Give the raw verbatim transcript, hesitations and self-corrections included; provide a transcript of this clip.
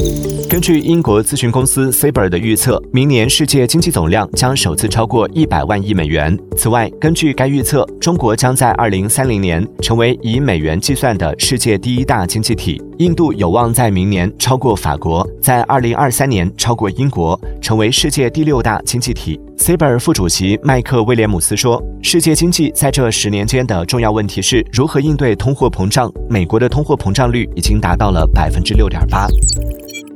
根据英国咨询公司 Sabre 的预测，明年世界经济总量将首次超过一百万亿美元。此外，根据该预测，中国将在二零三零年成为以美元计算的世界第一大经济体。印度有望在明年超过法国，在二零二三年超过英国，成为世界第六大经济体。Sabre 副主席麦克威廉姆斯说：“世界经济在这十年间的重要问题是如何应对通货膨胀。美国的通货膨胀率已经达到了百分之六点八。”